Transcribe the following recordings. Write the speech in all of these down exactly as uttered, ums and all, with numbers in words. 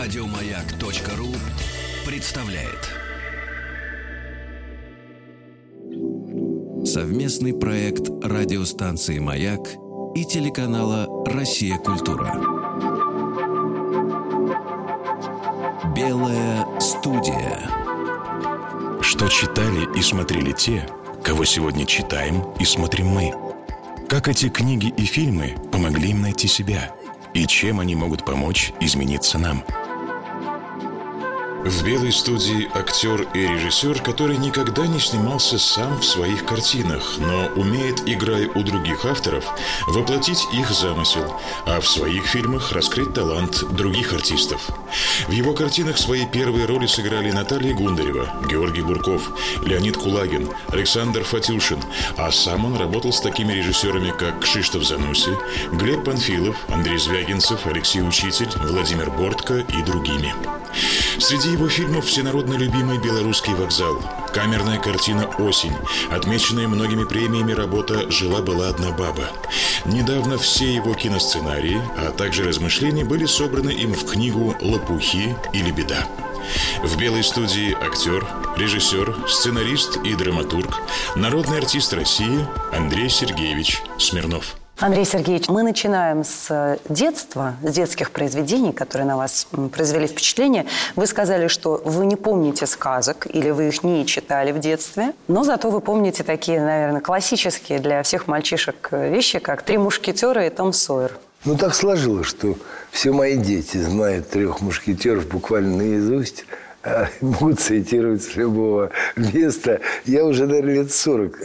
Радиомаяк.ру представляет совместный проект радиостанции «Маяк» и телеканала «Россия. Культура». Белая студия. Что читали и смотрели те, кого сегодня читаем и смотрим мы? Как эти книги и фильмы помогли им найти себя? И чем они могут помочь измениться нам? В «Белой студии» актер и режиссер, который никогда не снимался сам в своих картинах, но умеет, играя у других авторов, воплотить их замысел, а в своих фильмах раскрыть талант других артистов. В его картинах свои первые роли сыграли Наталья Гундарева, Георгий Бурков, Леонид Кулагин, Александр Фатюшин, а сам он работал с такими режиссерами, как Кшиштоф Зануси, Глеб Панфилов, Андрей Звягинцев, Алексей Учитель, Владимир Бортко и другими. Среди его фильмов всенародно любимый «Белорусский вокзал», камерная картина «Осень», отмеченная многими премиями работа «Жила-была одна баба». Недавно все его киносценарии, а также размышления были собраны им в книгу «Лопухи или беда». В «Белой студии» актер, режиссер, сценарист и драматург, народный артист России Андрей Сергеевич Смирнов. Андрей Сергеевич, мы начинаем с детства, с детских произведений, которые на вас произвели впечатление. Вы сказали, что вы не помните сказок или вы их не читали в детстве, но зато вы помните такие, наверное, классические для всех мальчишек вещи, как «Три мушкетера» и «Том Сойер». Ну, так сложилось, что все мои дети знают «Трех мушкетеров» буквально наизусть, а могут цитировать с любого места. Я уже, наверное, лет сорок,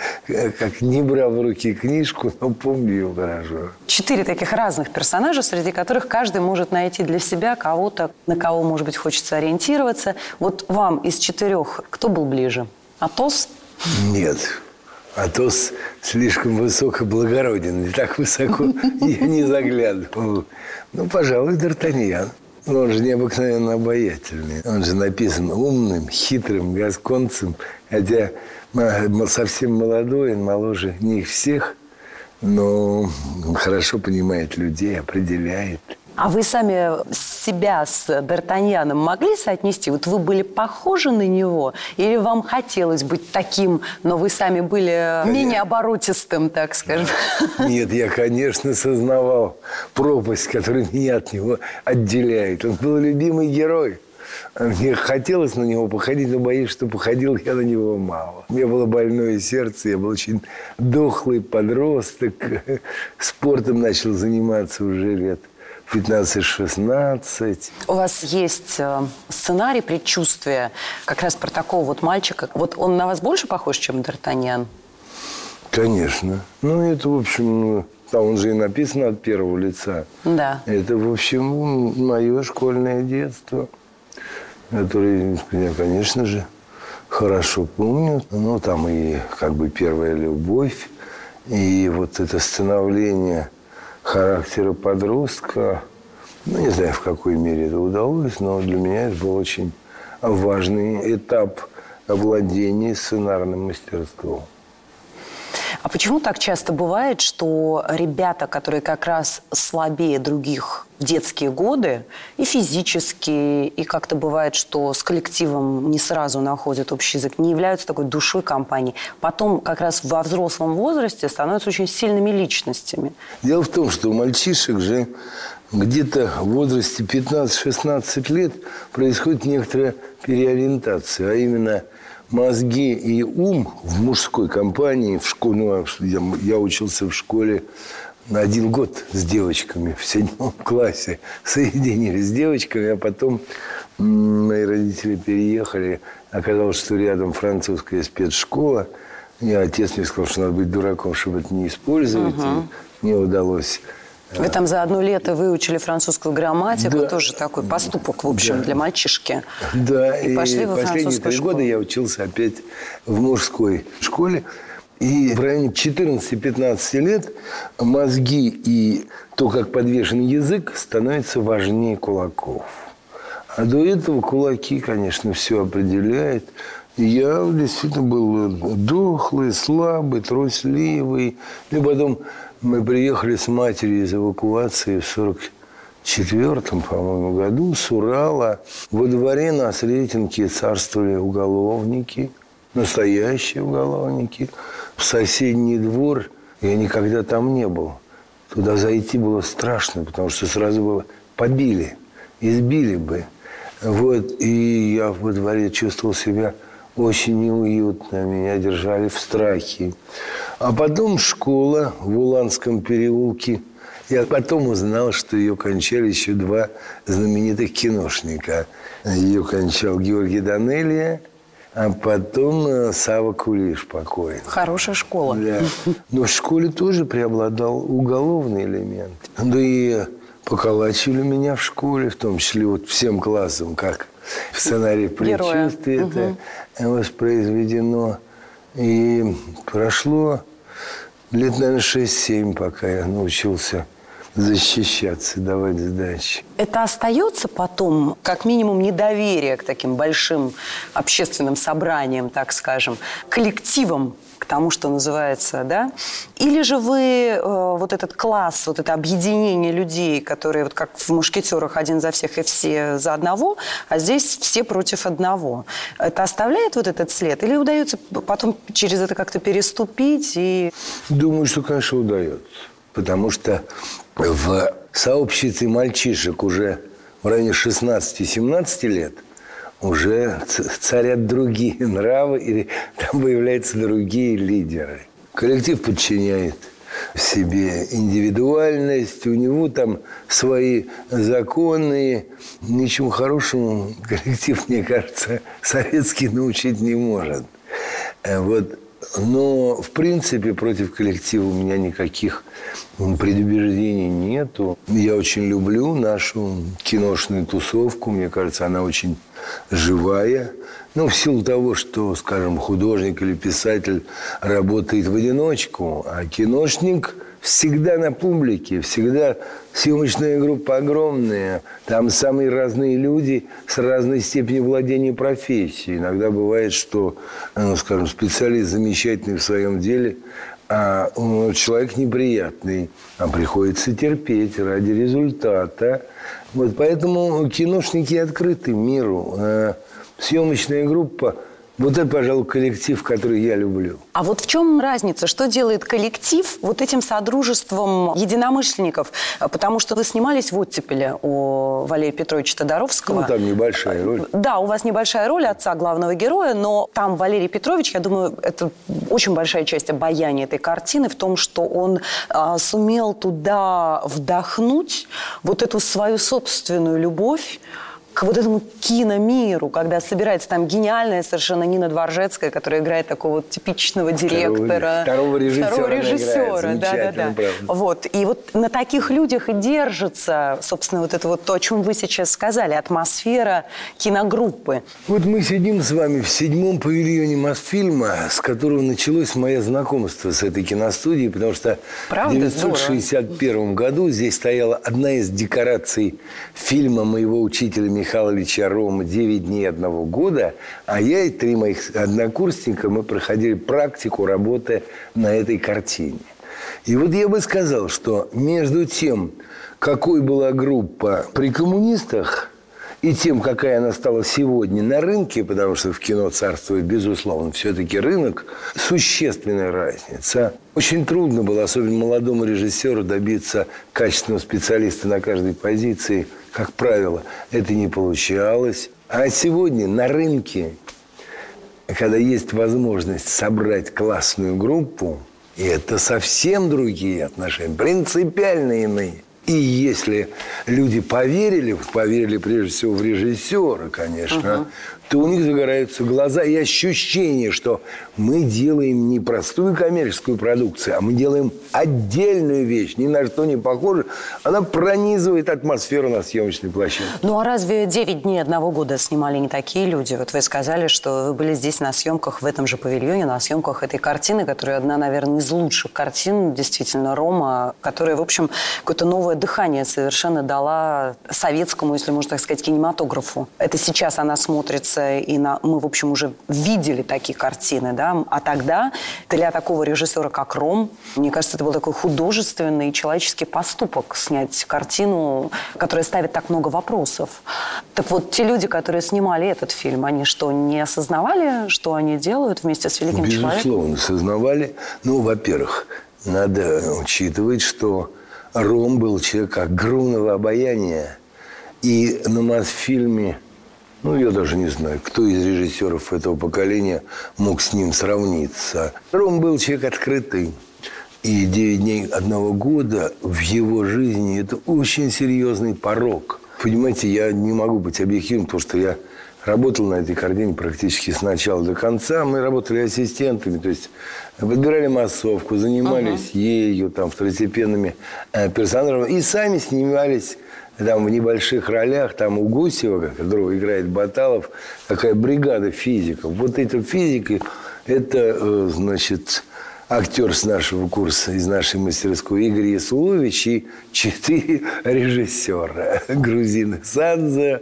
как не брал в руки книжку, но помню ее хорошо. Четыре таких разных персонажа, среди которых каждый может найти для себя кого-то, на кого, может быть, хочется ориентироваться. Вот вам из четырех кто был ближе? Атос? Нет. Атос слишком высоко благороден. И так высоко я не заглядывал. Ну, пожалуй, Д'Артаньян. Но он же необыкновенно обаятельный. Он же написан умным, хитрым, гасконцем. Хотя совсем молодой, он моложе них всех. Но хорошо понимает людей, определяет. А вы сами себя с Д'Артаньяном могли соотнести? Вот вы были похожи на него? Или вам хотелось быть таким, но вы сами были менее оборотистым, так скажем? Нет, я, конечно, сознавал пропасть, которая меня от него отделяет. Он был любимый герой. Мне хотелось на него походить, но боюсь, что походил я на него мало. У меня было больное сердце, я был очень дохлый подросток. Спортом начал заниматься уже лет пятнадцать-шестнадцать. У вас есть сценарий «Предчувствие» как раз про такого вот мальчика. Вот он на вас больше похож, чем Д'Артаньян? Конечно. Ну, это, в общем, там он же и написан от первого лица. Да. Это, в общем, мое школьное детство, которое я, конечно же, хорошо помню. Ну, там и как бы первая любовь, и вот это становление характера подростка. Ну, не знаю, в какой мере это удалось, но для меня это был очень важный этап овладения сценарным мастерством. А почему так часто бывает, что ребята, которые как раз слабее других в детские годы, и физически, и как-то бывает, что с коллективом не сразу находят общий язык, не являются такой душой компании, потом как раз во взрослом возрасте становятся очень сильными личностями? Дело в том, что у мальчишек же где-то в возрасте пятнадцать-шестнадцать лет происходит некоторая переориентация, а именно мозги и ум в мужской компании, в школе, ну, я, я учился в школе на один год с девочками в седьмом классе, соединились с девочками, а потом мои родители переехали, оказалось, что рядом французская спецшкола, и отец мне сказал, что надо быть дураком, чтобы это не использовать, угу. И мне удалось. Вы там за одно лето выучили французскую грамматику, да. Тоже такой поступок, в общем, да. Для мальчишки. Да, и, и пошли во последние три школу. года я учился опять в мужской школе. И в районе четырнадцати-пятнадцати лет мозги и то, как подвешен язык, становятся важнее кулаков. А до этого кулаки, конечно, все определяют. Я действительно был дохлый, слабый, трусливый. И потом мы приехали с матерью из эвакуации в сорок четвертом, по-моему, году с Урала во дворе на Сретенке царствовали уголовники, настоящие уголовники. В соседний двор я никогда там не был. Туда зайти было страшно, потому что сразу было побили, избили бы. Вот, и я во дворе чувствовал себя очень неуютно, меня держали в страхе. А потом школа в Уланском переулке. Я потом узнал, что ее кончали еще два знаменитых киношника. Ее кончал Георгий Данелия, а потом Сава Кулиш покойный. Хорошая школа. Да. Но в школе тоже преобладал уголовный элемент. Да и поколачивали меня в школе, в том числе вот всем классом, как в сценарии «Предчувствие» это угу. воспроизведено. И прошло лет, наверное, шесть-семь, пока я научился защищаться, давать сдачи. Это остается потом, как минимум, недоверие к таким большим общественным собраниям, так скажем, коллективам, к тому, что называется, да? Или же вы э, вот этот класс, вот это объединение людей, которые вот как в «Мушкетерах» один за всех и все за одного, а здесь все против одного. Это оставляет вот этот след? Или удается потом через это как-то переступить? И... Думаю, что, конечно, удается. Потому что в сообществе мальчишек уже в районе шестнадцати-семнадцати лет уже царят другие нравы, и там появляются другие лидеры. Коллектив подчиняет себе индивидуальность, у него там свои законы. Ничему хорошему коллектив, мне кажется, советский научить не может. Вот. Но, в принципе, против коллектива у меня никаких предубеждений нету. Я очень люблю нашу киношную тусовку. Мне кажется, она очень живая. Ну, в силу того, что, скажем, художник или писатель работает в одиночку, а киношник всегда на публике, всегда съемочная группа огромная. Там самые разные люди с разной степенью владения профессией. Иногда бывает, что, ну, скажем, специалист замечательный в своем деле, а ну, человек неприятный, а приходится терпеть ради результата. Вот поэтому киношники открыты миру. Съемочная группа – вот это, пожалуй, коллектив, который я люблю. А вот в чем разница? Что делает коллектив вот этим содружеством единомышленников? Потому что вы снимались в «Оттепеле» у Валерия Петровича Тодоровского. Ну, там небольшая роль. Да, у вас небольшая роль отца главного героя, но там Валерий Петрович, я думаю, это очень большая часть обаяния этой картины в том, что он а, сумел туда вдохнуть вот эту свою собственную любовь к вот этому киномиру, когда собирается там гениальная совершенно Нина Дворжецкая, которая играет такого вот типичного директора. Второго режиссера. Второго режиссера, да, да, да. Правда. Вот. И вот на таких людях и держится, собственно, вот это вот то, о чем вы сейчас сказали, атмосфера киногруппы. Вот мы сидим с вами в седьмом павильоне Мосфильма, с которого началось мое знакомство с этой киностудией, потому что Правда? в девятьсот шестьдесят первом году здесь стояла одна из декораций фильма моего учителя Михаила Михайловича Рома «Девять дней одного года», а я и три моих однокурсника, мы проходили практику работы на этой картине. И вот я бы сказал, что между тем, какой была группа при коммунистах, и тем, какая она стала сегодня на рынке, потому что в кино царствует, безусловно, все-таки рынок, существенная разница. Очень трудно было, особенно молодому режиссеру, добиться качественного специалиста на каждой позиции. Как правило, это не получалось. А сегодня на рынке, когда есть возможность собрать классную группу, и это совсем другие отношения, принципиально иные. И если люди поверили, поверили прежде всего в режиссера, конечно, uh-huh. то у них загораются глаза и ощущение, что мы делаем не простую коммерческую продукцию, а мы делаем отдельную вещь, ни на что не похожа. Она пронизывает атмосферу на съемочной площадке. Ну а разве «Девять дней одного года» снимали не такие люди? Вот вы сказали, что вы были здесь на съемках в этом же павильоне, на съемках этой картины, которая одна, наверное, из лучших картин, действительно, Рома, которая, в общем, какое-то новое дыхание совершенно дала советскому, если можно так сказать, кинематографу. Это сейчас она смотрится, и на... мы, в общем, уже видели такие картины, да, а тогда для такого режиссера, как Ром, мне кажется, это был такой художественный человеческий поступок снять картину, которая ставит так много вопросов. Так вот, те люди, которые снимали этот фильм, они что, не осознавали, что они делают вместе с великим Безусловно, человеком? Безусловно, осознавали. Ну, во-первых, надо учитывать, что Ром был человек огромного обаяния. И на Мосфильме, ну, я даже не знаю, кто из режиссеров этого поколения мог с ним сравниться. Ром был человек открытый. И девять дней одного года в его жизни – это очень серьезный порог. Понимаете, я не могу быть объективным, потому что я работал на этой картине практически с начала до конца. Мы работали ассистентами, то есть подбирали массовку, занимались uh-huh. ею, там, второстепенными э, персонажами. И сами снимались там в небольших ролях. Там у Гусева, которого играет Баталов, такая бригада физиков. Вот эти физики – это, э, значит... актер с нашего курса, из нашей мастерской, Игорь Ясулович, и четыре режиссера. Грузин Сандзе,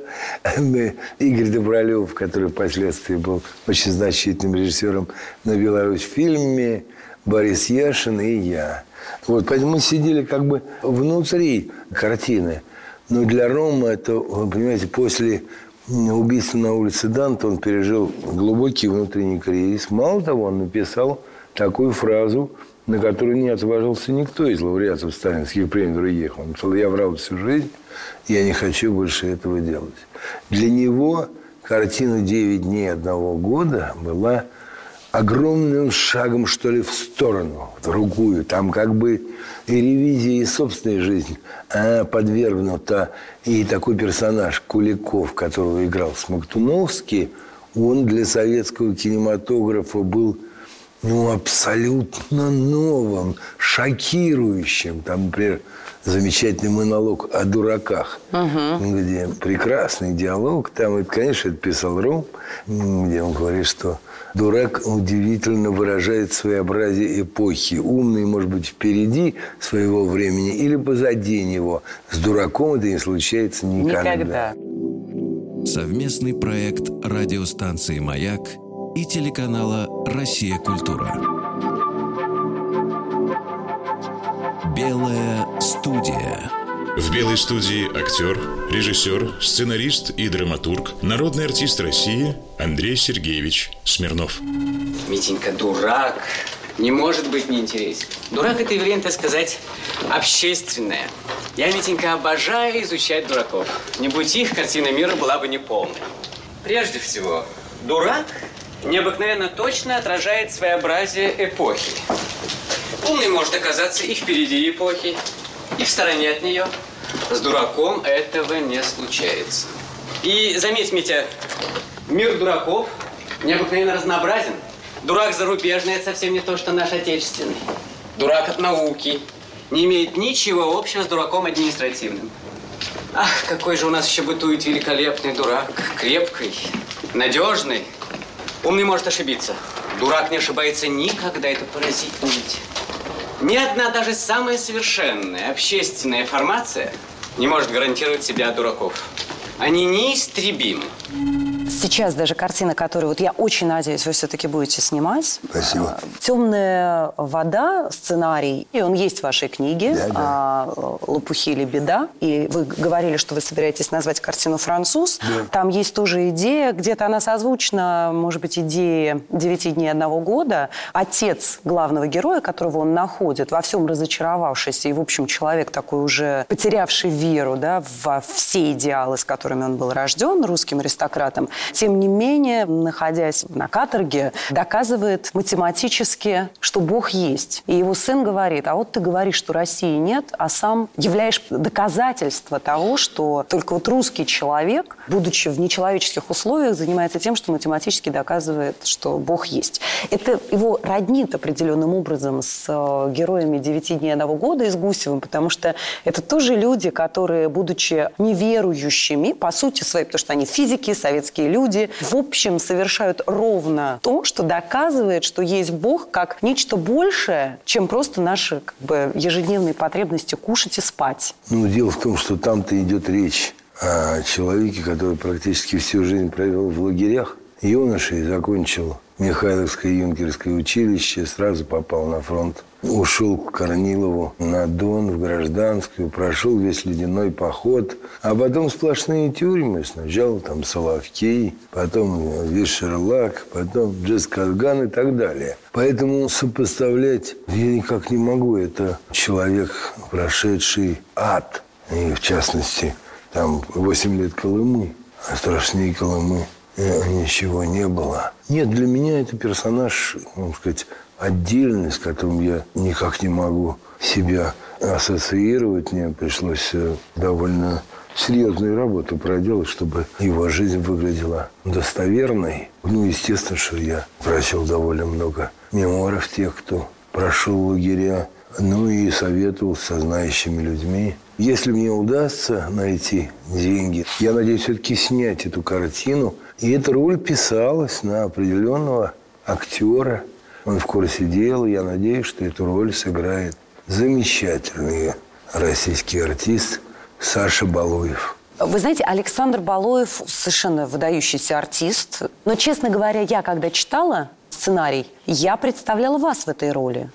Игорь Добролев, который впоследствии был очень значительным режиссером на Беларусь-фильме, Борис Яшин и я. Вот, поэтому мы сидели как бы внутри картины. Но для Рома это, вы понимаете, после убийства на улице Данте он пережил глубокий внутренний кризис. Мало того, он написал такую фразу, на которую не отважился никто из лауреатов сталинских премий других. Он сказал: я врал всю жизнь, я не хочу больше этого делать. Для него картина «Девять дней одного года» была огромным шагом, что ли, в сторону, в другую. Там как бы и ревизия, и собственная жизнь подвергнута. И такой персонаж Куликов, которого играл Смоктуновский, он для советского кинематографа был, ну, абсолютно новым, шокирующим. Там, например, замечательный монолог о дураках, угу. где прекрасный диалог. Там, это, конечно, это писал Ром, где он говорит, что дурак удивительно выражает своеобразие эпохи. Умный, может быть, впереди своего времени или позади него. С дураком это не случается никогда. Никогда. Совместный проект радиостанции «Маяк» и телеканала «Россия. Культура». Белая студия. В «Белой студии» актер, режиссер, сценарист и драматург, народный артист России Андрей Сергеевич Смирнов. Митенька, дурак не может быть неинтересен. Дурак – это явление, так сказать, общественное. Я, Митенька, обожаю изучать дураков. Не будь их, картина мира была бы неполной. Прежде всего, дурак необыкновенно точно отражает своеобразие эпохи. Умный может оказаться и впереди эпохи, и в стороне от нее. С дураком этого не случается. И заметь, Митя, мир дураков необыкновенно разнообразен. Дурак зарубежный – это совсем не то, что наш отечественный. Дурак от науки не имеет ничего общего с дураком административным. Ах, какой же у нас еще бытует великолепный дурак. Крепкий, надежный. Умный может ошибиться. Дурак не ошибается никогда. Это поразительно. Ни одна, даже самая совершенная общественная формация не может гарантировать себя от дураков. Они неистребимы. Сейчас даже картина, которую вот я очень надеюсь, вы все-таки будете снимать. Спасибо. «Темная вода», сценарий, и он есть в вашей книге, да, да. «Лопухи или беда». И вы говорили, что вы собираетесь назвать картину «Француз». Да. Там есть тоже идея, где-то она созвучна, может быть, идее «Девяти дней одного года». Отец главного героя, которого он находит, во всем разочаровавшийся, и, в общем, человек такой уже потерявший веру, да, во все идеалы, с которыми он был рожден, русским аристократом, тем не менее, находясь на каторге, доказывает математически, что Бог есть. И его сын говорит: а вот ты говоришь, что России нет, а сам являешь доказательство того, что только вот русский человек, будучи в нечеловеческих условиях, занимается тем, что математически доказывает, что Бог есть. Это его роднит определенным образом с героями «Девяти дней одного года» и с Гусевым, потому что это тоже люди, которые, будучи неверующими, по сути своей, потому что они физики, советские простые люди, в общем, совершают ровно то, что доказывает, что есть Бог как нечто большее, чем просто наши как бы, ежедневные потребности кушать и спать. Ну, дело в том, что там-то идет речь о человеке, который практически всю жизнь провел в лагерях. Юношей закончил Михайловское юнкерское училище, сразу попал на фронт. Ушел к Корнилову на Дон, в гражданскую, прошел весь ледяной поход. А потом сплошные тюрьмы. Сначала там Соловки, потом Вишерлак, потом Джескарган и так далее. Поэтому сопоставлять я никак не могу. Это человек, прошедший ад. И в частности, там восемь лет Колымы. А страшнее Колымы ничего не было. Нет, для меня это персонаж, можно сказать, отдельный, с которым я никак не могу себя ассоциировать. Мне пришлось довольно серьезную работу проделать, чтобы его жизнь выглядела достоверной. Ну, естественно, что я прочел довольно много мемуаров тех, кто прошел лагеря, ну и советовал со знающими людьми. Если мне удастся найти деньги, я надеюсь все-таки снять эту картину. И эта роль писалась на определенного актера. Он в курсе дела. Я надеюсь, что эту роль сыграет замечательный российский артист Саша Балуев. Вы знаете, Александр Балуев совершенно выдающийся артист. Но, честно говоря, я, когда читала сценарий, я представляла вас в этой роли.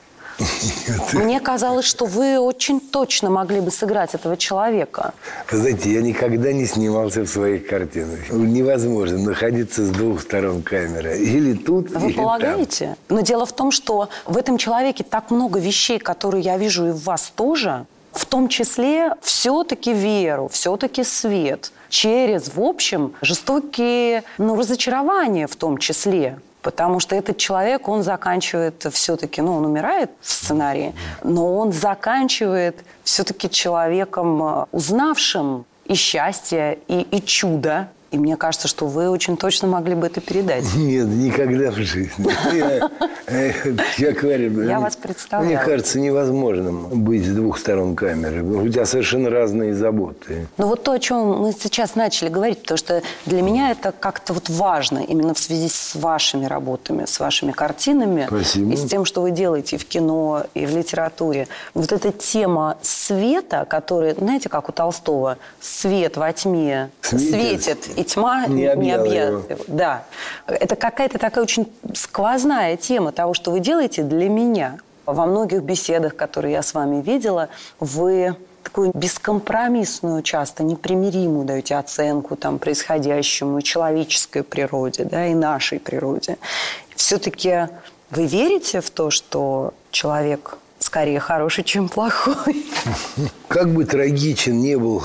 Мне казалось, что вы очень точно могли бы сыграть этого человека. Вы знаете, я никогда не снимался в своих картинах. Невозможно находиться с двух сторон камеры. Или тут, Вы или полагаете? там. Но дело в том, что в этом человеке так много вещей, которые я вижу и в вас тоже. В том числе все-таки веру, все-таки свет. Через, в общем, жестокие ну, разочарования в том числе. Потому что этот человек, он заканчивает все-таки, ну, он умирает в сценарии, но он заканчивает все-таки человеком, узнавшим и счастье, и, и чудо. И мне кажется, что вы очень точно могли бы это передать. Нет, никогда в жизни. Я, я, говорю, я вас представляю. Мне кажется невозможным быть с двух сторон камеры. У тебя совершенно разные заботы. Ну вот то, о чем мы сейчас начали говорить, потому что для меня это как-то вот важно именно в связи с вашими работами, с вашими картинами. Спасибо. И с тем, что вы делаете и в кино, и в литературе. Вот эта тема света, которая, знаете, как у Толстого, свет во тьме Светит. светит, и тьма не объят. Да. Это какая-то такая очень сквозная тема того, что вы делаете для меня. Во многих беседах, которые я с вами видела, вы такую бескомпромиссную, часто непримиримую даете оценку там, происходящему и человеческой природе, да, и нашей природе. Все-таки вы верите в то, что человек скорее хороший, чем плохой? Как бы трагичен не был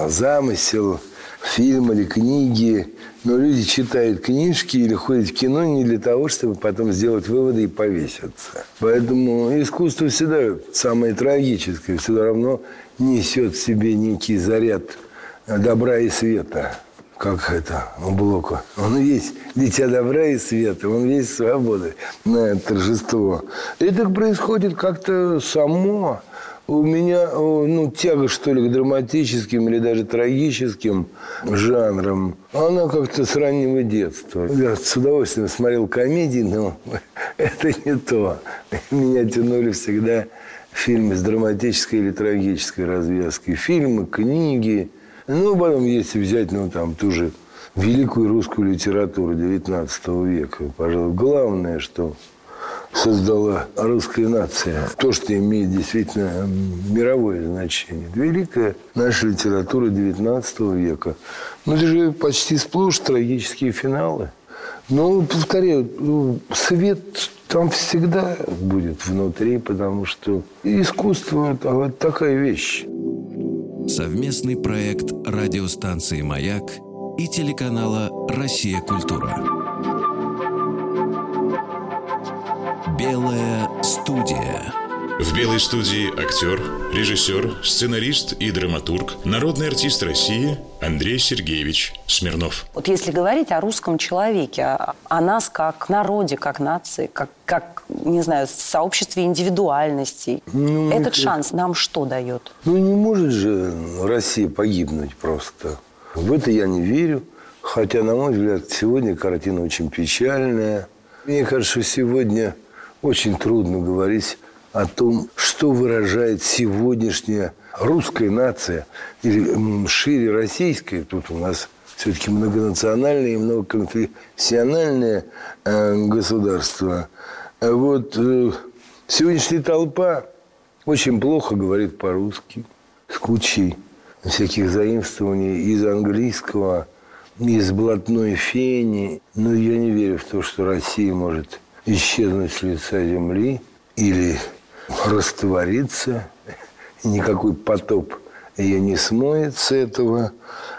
замысел фильм или книги, но люди читают книжки или ходят в кино не для того, чтобы потом сделать выводы и повеситься. Поэтому искусство всегда самое трагическое, все равно несет в себе некий заряд добра и света. Как это у Блока? Он весь дитя добра и света, он весь свободы на торжество. Это происходит как-то само. У меня, ну, тяга, что ли, к драматическим или даже трагическим жанрам, она как-то с раннего детства. Я с удовольствием смотрел комедии, но это не то. Меня тянули всегда фильмы с драматической или трагической развязкой. Фильмы, книги. Ну, потом, если взять, ну, там, ту же великую русскую литературу девятнадцатого века, пожалуй, главное, что создала русская нация. То, что имеет действительно мировое значение. Великая наша литература девятнадцатого века. Ну, это же почти сплошь трагические финалы. Но, повторяю, свет там всегда будет внутри, потому что искусство – это такая вещь. Совместный проект радиостанции «Маяк» и телеканала «Россия. Культура». Белая студия. В «Белой студии» актер, режиссер, сценарист и драматург, народный артист России Андрей Сергеевич Смирнов. Вот если говорить о русском человеке, о, о нас как народе, как нации, как, как, не знаю, сообществе индивидуальностей, ну, этот это... шанс нам что дает? Ну, не может же Россия погибнуть просто. В это я не верю. Хотя, на мой взгляд, сегодня картина очень печальная. Мне кажется, что сегодня очень трудно говорить о том, что выражает сегодняшняя русская нация или шире российская. Тут у нас все-таки многонациональное и многоконфессиональное э, государство. Вот э, сегодняшняя толпа очень плохо говорит по-русски, с кучей всяких заимствований из английского, из блатной фени. Но я не верю в то, что Россия может исчезнуть с лица земли или раствориться. Никакой потоп ее не смоет с этого.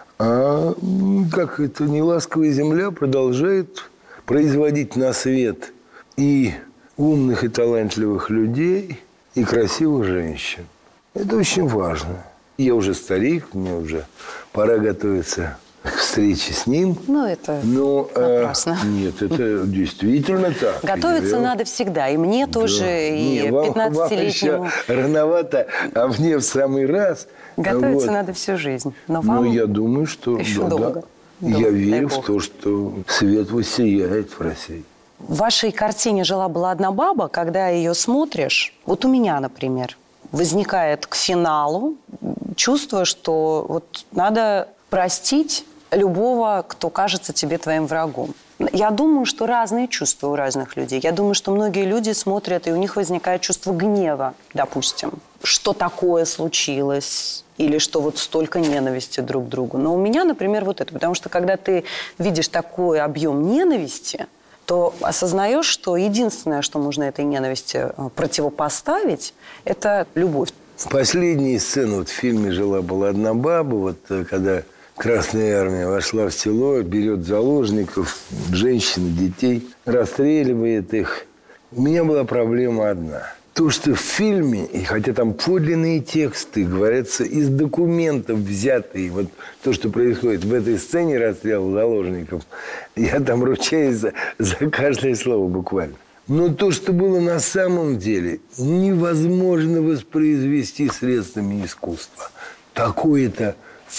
А как это неласковая земля продолжает производить на свет и умных и талантливых людей, и красивых женщин. Это очень важно. Я уже старик, мне уже пора готовиться к встрече с ним. Ну, это Но, напрасно. А, нет, это действительно так. Готовиться Я... надо всегда. И мне да. тоже, и не, пятнадцатилетнему. Вам еще рановато, а мне в самый раз. Готовиться вот. надо всю жизнь. Но вам ну, я думаю, что... еще да, долго. Да. долго. Я верю в то, что свет воссияет в России. В вашей картине «Жила-была одна баба», когда ее смотришь, вот у меня, например, возникает к финалу чувство, что вот надо простить любого, кто кажется тебе твоим врагом. Я думаю, что разные чувства у разных людей. Я думаю, что многие люди смотрят, и у них возникает чувство гнева, допустим. Что такое случилось? Или что вот столько ненависти друг к другу. Но у меня, например, вот это. Потому что когда ты видишь такой объем ненависти, то осознаешь, что единственное, что можно этой ненависти противопоставить, это любовь. В последней сцене вот в фильме «Жила-была одна баба», вот когда Красная Армия вошла в село, берет заложников, женщин, детей, расстреливает их. У меня была проблема одна. То, что в фильме, и хотя там подлинные тексты, говорятся из документов взятые, вот то, что происходит в этой сцене расстрела заложников, я там ручаюсь за, за каждое слово буквально. Но то, что было на самом деле, невозможно воспроизвести средствами искусства. Такой-то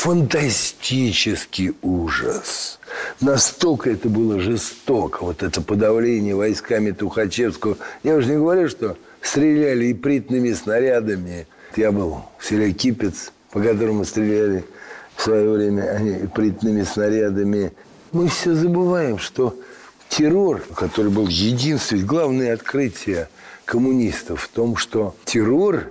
фантастический ужас. Настолько это было жестоко, вот это подавление войсками Тухачевского. Я уже не говорю, что стреляли ипритными снарядами. Я был в селе Кипец, по которому стреляли в свое время ипритными снарядами. Мы все забываем, что террор, который был единственным, главное открытие коммунистов в том, что террор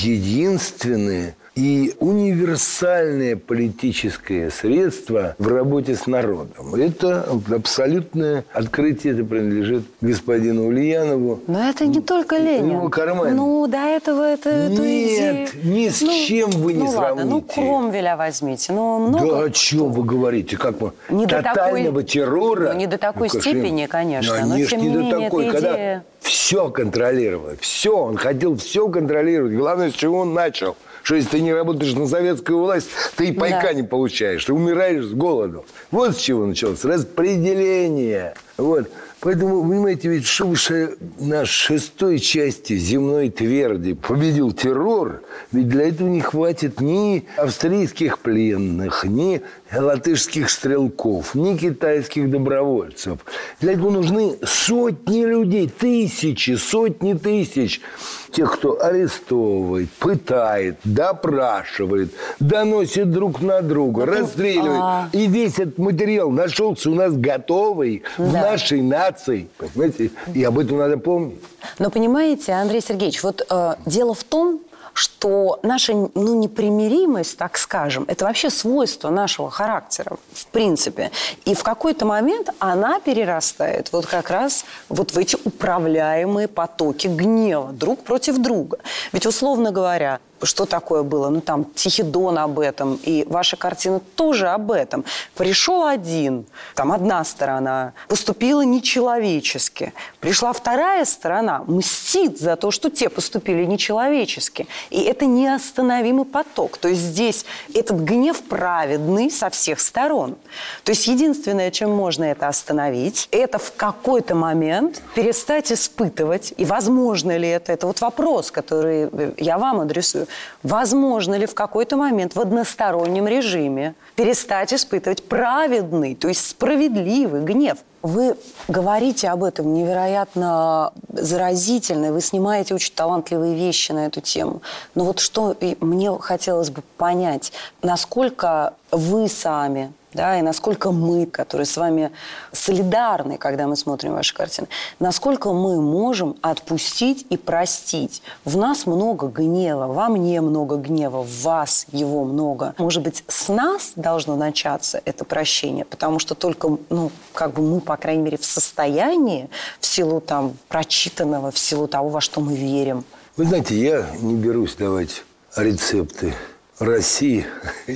единственное и универсальное политическое средство в работе с народом. Это абсолютное открытие, это принадлежит господину Ульянову. Но это не только Ленин. Его кармане. Ну, до этого это, эту идею... Нет, ни с ну, чем вы не ну, сравните. Ладно, ну, Кромвеля возьмите. Ну, много... Да о чем вы говорите? Как мы? Не Тотального до такой... террора? Ну, не до такой ну, степени, конечно. Конечно, но, тем не, не до менее, такой. эта Когда идея... все контролировать. Все. Он хотел все контролировать. Главное, с чего он начал. Что если ты не работаешь на советскую власть, ты и пайка да. не получаешь. Ты умираешь с голоду. Вот с чего началось. Распределение. Вот. Поэтому, вы понимаете, ведь чтобы на шестой части земной тверди победил террор, ведь для этого не хватит ни австрийских пленных, ни латышских стрелков, ни китайских добровольцев. Для этого нужны сотни людей, тысячи, сотни тысяч тех, кто арестовывает, пытает, допрашивает, доносит друг на друга, расстреливает. А... И весь этот материал нашелся у нас готовый да. в нашей нации. Понимаете? И об этом надо помнить. Но понимаете, Андрей Сергеевич, вот э, дело в том, что наша ну, непримиримость, так скажем, это вообще свойство нашего характера, в принципе. И в какой-то момент она перерастает вот как раз вот в эти управляемые потоки гнева друг против друга. Ведь, условно говоря, что такое было? Ну, там, Тихий Дон об этом, и ваша картина тоже об этом. Пришел один, там, одна сторона, поступила нечеловечески. Пришла вторая сторона, мстит за то, что те поступили нечеловечески. И это неостановимый поток. То есть здесь этот гнев праведный со всех сторон. То есть единственное, чем можно это остановить, это в какой-то момент перестать испытывать, и возможно ли это, это вот вопрос, который я вам адресую, возможно ли в какой-то момент в одностороннем режиме перестать испытывать праведный, то есть справедливый гнев. Вы говорите об этом невероятно заразительно, вы снимаете очень талантливые вещи на эту тему. Но вот что мне хотелось бы понять, насколько вы сами, да, и насколько мы, которые с вами солидарны, когда мы смотрим ваши картины, насколько мы можем отпустить и простить. В нас много гнева, во мне много гнева, в вас его много. Может быть, с нас должно начаться это прощение, потому что только, ну, как бы мы, по крайней мере, в состоянии, в силу там прочитанного, в силу того, во что мы верим. Вы знаете, я не берусь давать рецепты России.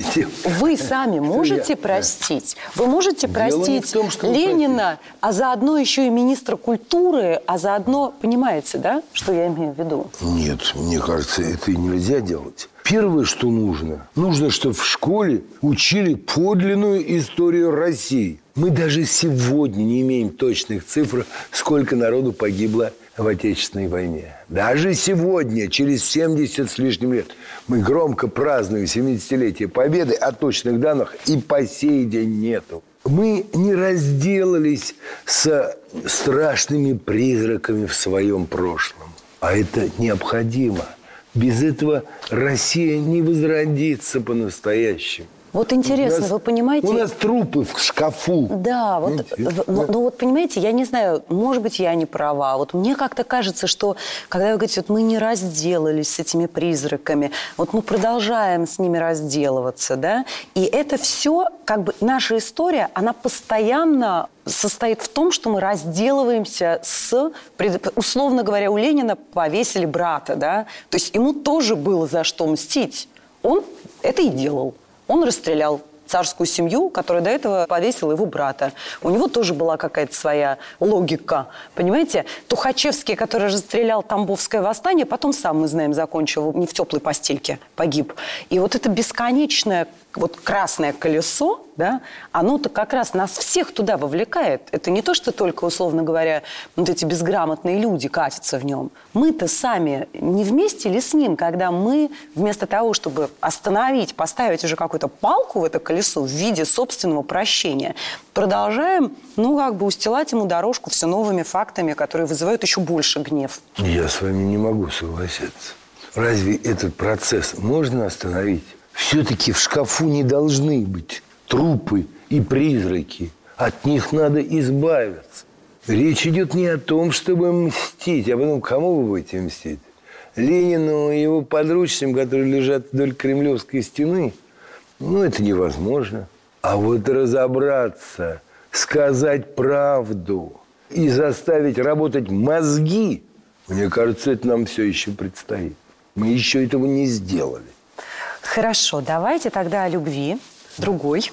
Вы сами можете я, простить? Вы можете простить в том, что Ленина, а заодно еще и министра культуры, а заодно, понимаете, да, что я имею в виду? Нет, мне кажется, это и нельзя делать. Первое, что нужно, нужно, чтобы в школе учили подлинную историю России. Мы даже сегодня не имеем точных цифр, сколько народу погибло в Отечественной войне. Даже сегодня, через семьдесят с лишним лет, мы громко празднуем семидесятилетие Победы, а точных данных и по сей день нету. Мы не разделались с страшными призраками в своем прошлом. А это необходимо. Без этого Россия не возродится по-настоящему. Вот интересно, нас, вы понимаете... У нас трупы в шкафу. Да, вот, но, но вот понимаете, я не знаю, может быть, я не права. Вот мне как-то кажется, что когда вы говорите, вот мы не разделались с этими призраками, вот мы продолжаем с ними разделываться, да, и это все, как бы, наша история, она постоянно состоит в том, что мы разделываемся с, условно говоря, у Ленина повесили брата, да, то есть ему тоже было за что мстить. Он это и делал. Он расстрелял царскую семью, которая до этого повесила его брата. У него тоже была какая-то своя логика. Понимаете? Тухачевский, который расстрелял Тамбовское восстание, потом сам, мы знаем, закончил не в теплой постельке, погиб. И вот это бесконечное вот красное колесо, да, оно-то как раз нас всех туда вовлекает. Это не то, что только, условно говоря, вот эти безграмотные люди катятся в нем. Мы-то сами не вместе ли с ним, когда мы вместо того, чтобы остановить, поставить уже какую-то палку в это колесо в виде собственного прощения, продолжаем, ну, как бы устилать ему дорожку все новыми фактами, которые вызывают еще больше гнев. Я с вами не могу согласиться. Разве этот процесс можно остановить? Все-таки в шкафу не должны быть трупы и призраки. От них надо избавиться. Речь идет не о том, чтобы мстить, а потом кому вы будете мстить? Ленину и его подручным, которые лежат вдоль Кремлевской стены? Ну, это невозможно. А вот разобраться, сказать правду и заставить работать мозги, мне кажется, это нам все еще предстоит. Мы еще этого не сделали. Хорошо, давайте тогда о любви. Другой.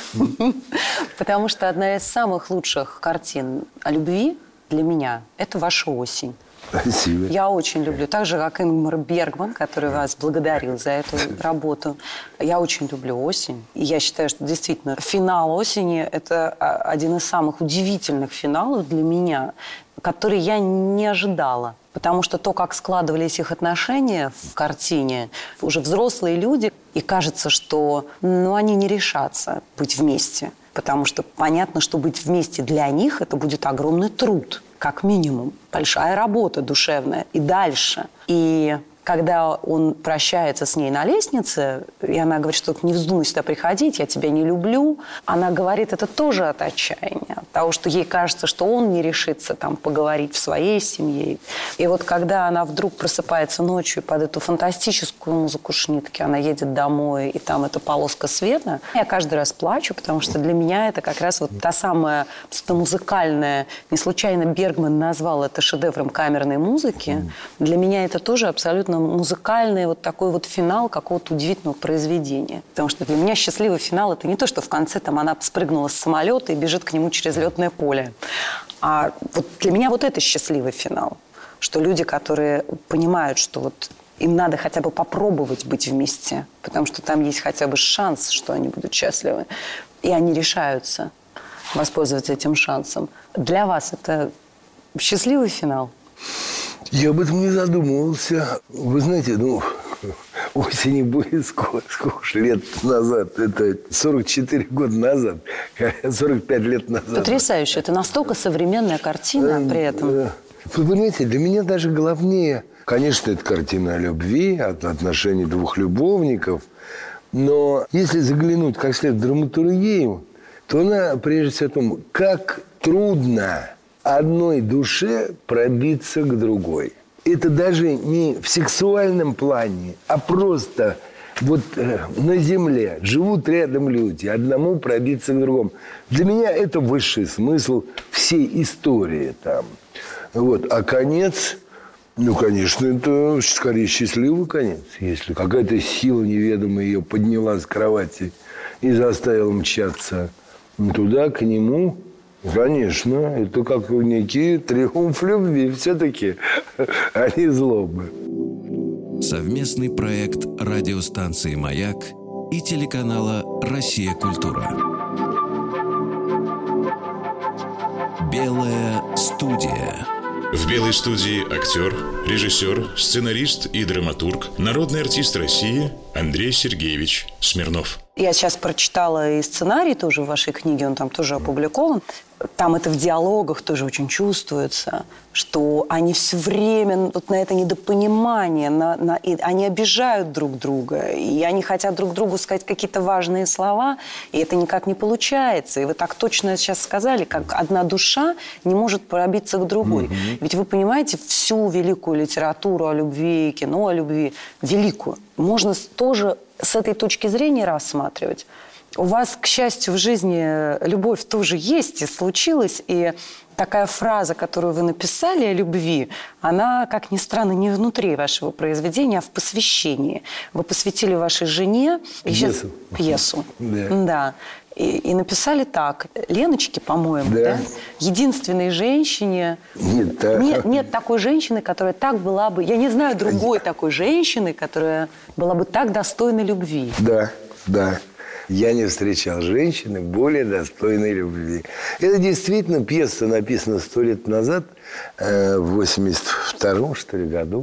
Потому что одна из самых лучших картин о любви для меня – это «Ваша осень». Спасибо. Я очень люблю. Так же, как Ингмар Бергман, который вас благодарил за эту работу. Я очень люблю осень. И я считаю, что действительно финал осени – это один из самых удивительных финалов для меня, который я не ожидала. Потому что то, как складывались их отношения в картине, уже взрослые люди, и кажется, что ну, они не решатся быть вместе. Потому что понятно, что быть вместе для них – это будет огромный труд, как минимум. Большая работа душевная. И дальше. И когда он прощается с ней на лестнице, и она говорит, что не вздумай сюда приходить, я тебя не люблю, она говорит это тоже от отчаяния, от того, что ей кажется, что он не решится там поговорить в своей семье. И вот когда она вдруг просыпается ночью под эту фантастическую музыку Шнитке, она едет домой, и там эта полоска света, я каждый раз плачу, потому что для меня это как раз вот та самая музыкальная, не случайно Бергман назвал это шедевром камерной музыки, для меня это тоже абсолютно музыкальный вот такой вот финал какого-то удивительного произведения. Потому что для меня счастливый финал – это не то, что в конце там она спрыгнула с самолета и бежит к нему через летное поле. А вот для меня вот это счастливый финал. Что люди, которые понимают, что вот им надо хотя бы попробовать быть вместе, потому что там есть хотя бы шанс, что они будут счастливы, и они решаются воспользоваться этим шансом. Для вас это счастливый финал? Я об этом не задумывался. Вы знаете, ну, осенью будет сколько, сколько ж лет назад, это сорок четыре года назад, сорок пять лет назад. Потрясающе. Это настолько современная картина при этом. Вы понимаете, для меня даже главнее, конечно, это картина о любви, от отношений двух любовников, но если заглянуть как следует в драматургию, то она прежде всего о том, как трудно одной душе пробиться к другой. Это даже не в сексуальном плане, а просто вот э, на земле живут рядом люди, одному пробиться к другому. Для меня это высший смысл всей истории там. Вот. А конец, ну, конечно, это скорее счастливый конец. Если какая-то сила неведомая ее подняла с кровати и заставила мчаться туда, к нему... Конечно, это как некий триумф любви все-таки, а не злобы. Совместный проект радиостанции «Маяк» и телеканала «Россия. Культура». Белая студия. В «Белой студии» актер, режиссер, сценарист и драматург, народный артист России Андрей Сергеевич Смирнов. Я сейчас прочитала и сценарий тоже в вашей книге, он там тоже опубликован. Там это в диалогах тоже очень чувствуется, что они все время вот на это недопонимание, на, на, и они обижают друг друга, и они хотят друг другу сказать какие-то важные слова, и это никак не получается. И вы так точно сейчас сказали, как одна душа не может пробиться к другой. Mm-hmm. Ведь вы понимаете, всю великую литературу о любви, кино о любви, великую, можно тоже с этой точки зрения рассматривать. У вас, к счастью, в жизни любовь тоже есть и случилась, и такая фраза, которую вы написали о любви, она, как ни странно, не внутри вашего произведения, а в посвящении. Вы посвятили вашей жене пьесу. пьесу. Да. Да. И, и написали так. Леночке, по-моему, да. Да? Единственной женщине... Нет, да. нет, нет такой женщины, которая так была бы... Я не знаю другой такой женщины, которая была бы так достойна любви. Да, да. Я не встречал женщины более достойной любви. Это действительно пьеса, написана сто лет назад, э, в восемьдесят втором, что ли, году.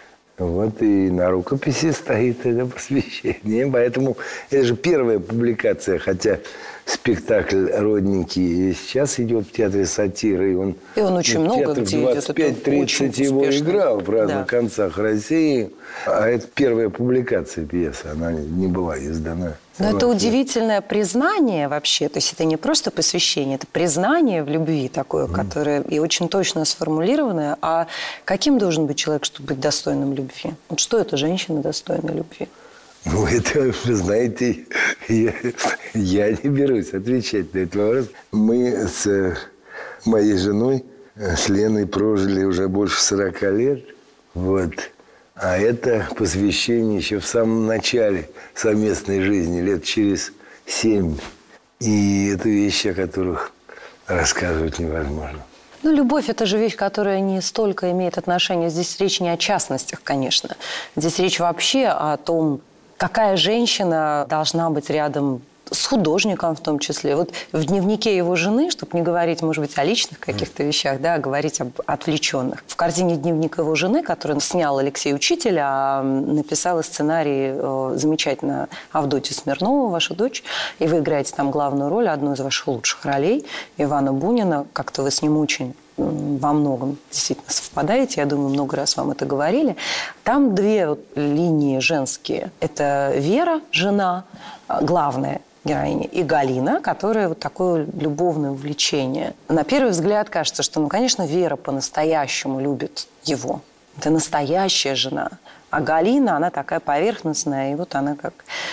Вот и на рукописи стоит это посвящение. Поэтому это же первая публикация, хотя спектакль «Родненький» сейчас идет в театре сатиры. И он, и он очень много где идет. двадцать пять тридцать его играл в разных да. концах России. А это первая публикация пьесы, она не была издана. Но это удивительное признание вообще. То есть это не просто посвящение, это признание в любви такое, mm. которое и очень точно сформулированное. А каким должен быть человек, чтобы быть достойным любви? Вот что это женщина достойна любви? Ну, это, вы знаете, я, я не берусь отвечать на этот вопрос. Мы с моей женой, с Леной, прожили уже больше сорока лет. Вот. А это посвящение еще в самом начале совместной жизни, лет через семь. И это вещи, о которых рассказывать невозможно. Ну, любовь – это же вещь, которая не столько имеет отношение. Здесь речь не о частностях, конечно. Здесь речь вообще о том, какая женщина должна быть рядом с художником в том числе. Вот в дневнике его жены, чтобы не говорить, может быть, о личных каких-то вещах, да, а говорить об отвлеченных. В корзине дневника его жены, который снял Алексей Учитель, а написала сценарий э, замечательно Авдотья Смирнова, ваша дочь, и вы играете там главную роль, одну из ваших лучших ролей, Ивана Бунина. Как-то вы с ним очень во многом действительно совпадаете. Я думаю, много раз вам это говорили. Там две вот линии женские. Это Вера, жена, главная героиня, и Галина, которая вот такое любовное увлечение. На первый взгляд кажется, что, ну, конечно, Вера по-настоящему любит его. Это настоящая жена. А Галина, она такая поверхностная, и вот она как...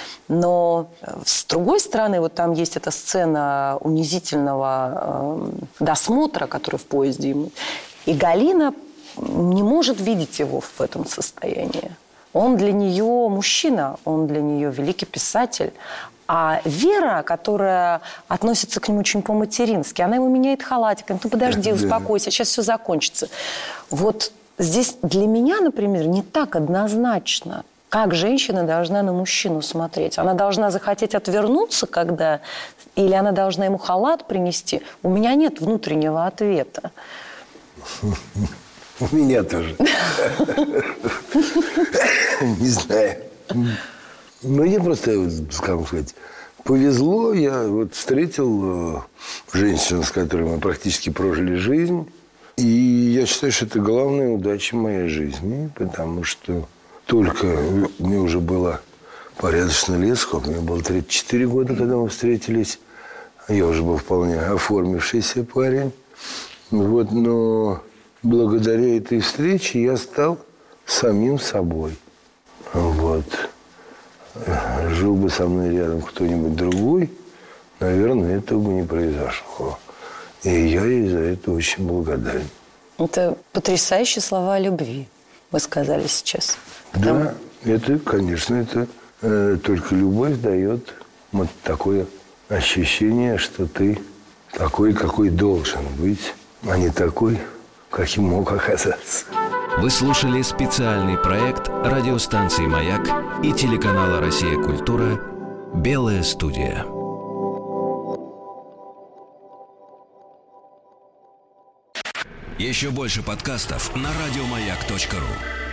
Но с другой стороны, вот там есть эта сцена унизительного э, досмотра, который в поезде ему. И Галина не может видеть его в этом состоянии. Он для нее мужчина, он для нее великий писатель. А Вера, которая относится к нему очень по-матерински, она ему меняет халатик, говорит: ну подожди, успокойся, сейчас все закончится. Вот здесь для меня, например, не так однозначно, как женщина должна на мужчину смотреть. Она должна захотеть отвернуться, когда... Или она должна ему халат принести. У меня нет внутреннего ответа. У меня тоже. Не знаю. Ну, мне просто, скажем сказать, повезло. Я вот встретил женщину, с которой мы практически прожили жизнь. И я считаю, что это главная удача моей жизни. Потому что только мне уже было порядочно лет, сколько? Мне было тридцать четыре года, когда мы встретились. Я уже был вполне оформившийся парень. Вот, но благодаря этой встрече я стал самим собой. Вот. Жил бы со мной рядом кто-нибудь другой, наверное, этого бы не произошло. И я ей за это очень благодарен. Это потрясающие слова о любви, вы сказали сейчас. Потому... Да, это, конечно, это э, только любовь дает вот такое ощущение, что ты такой, какой должен быть, а не такой, каким мог оказаться. Вы слушали специальный проект радиостанции «Маяк» и телеканала «Россия. Культура» «Белая студия». Еще больше подкастов на радиомаяк точка ру.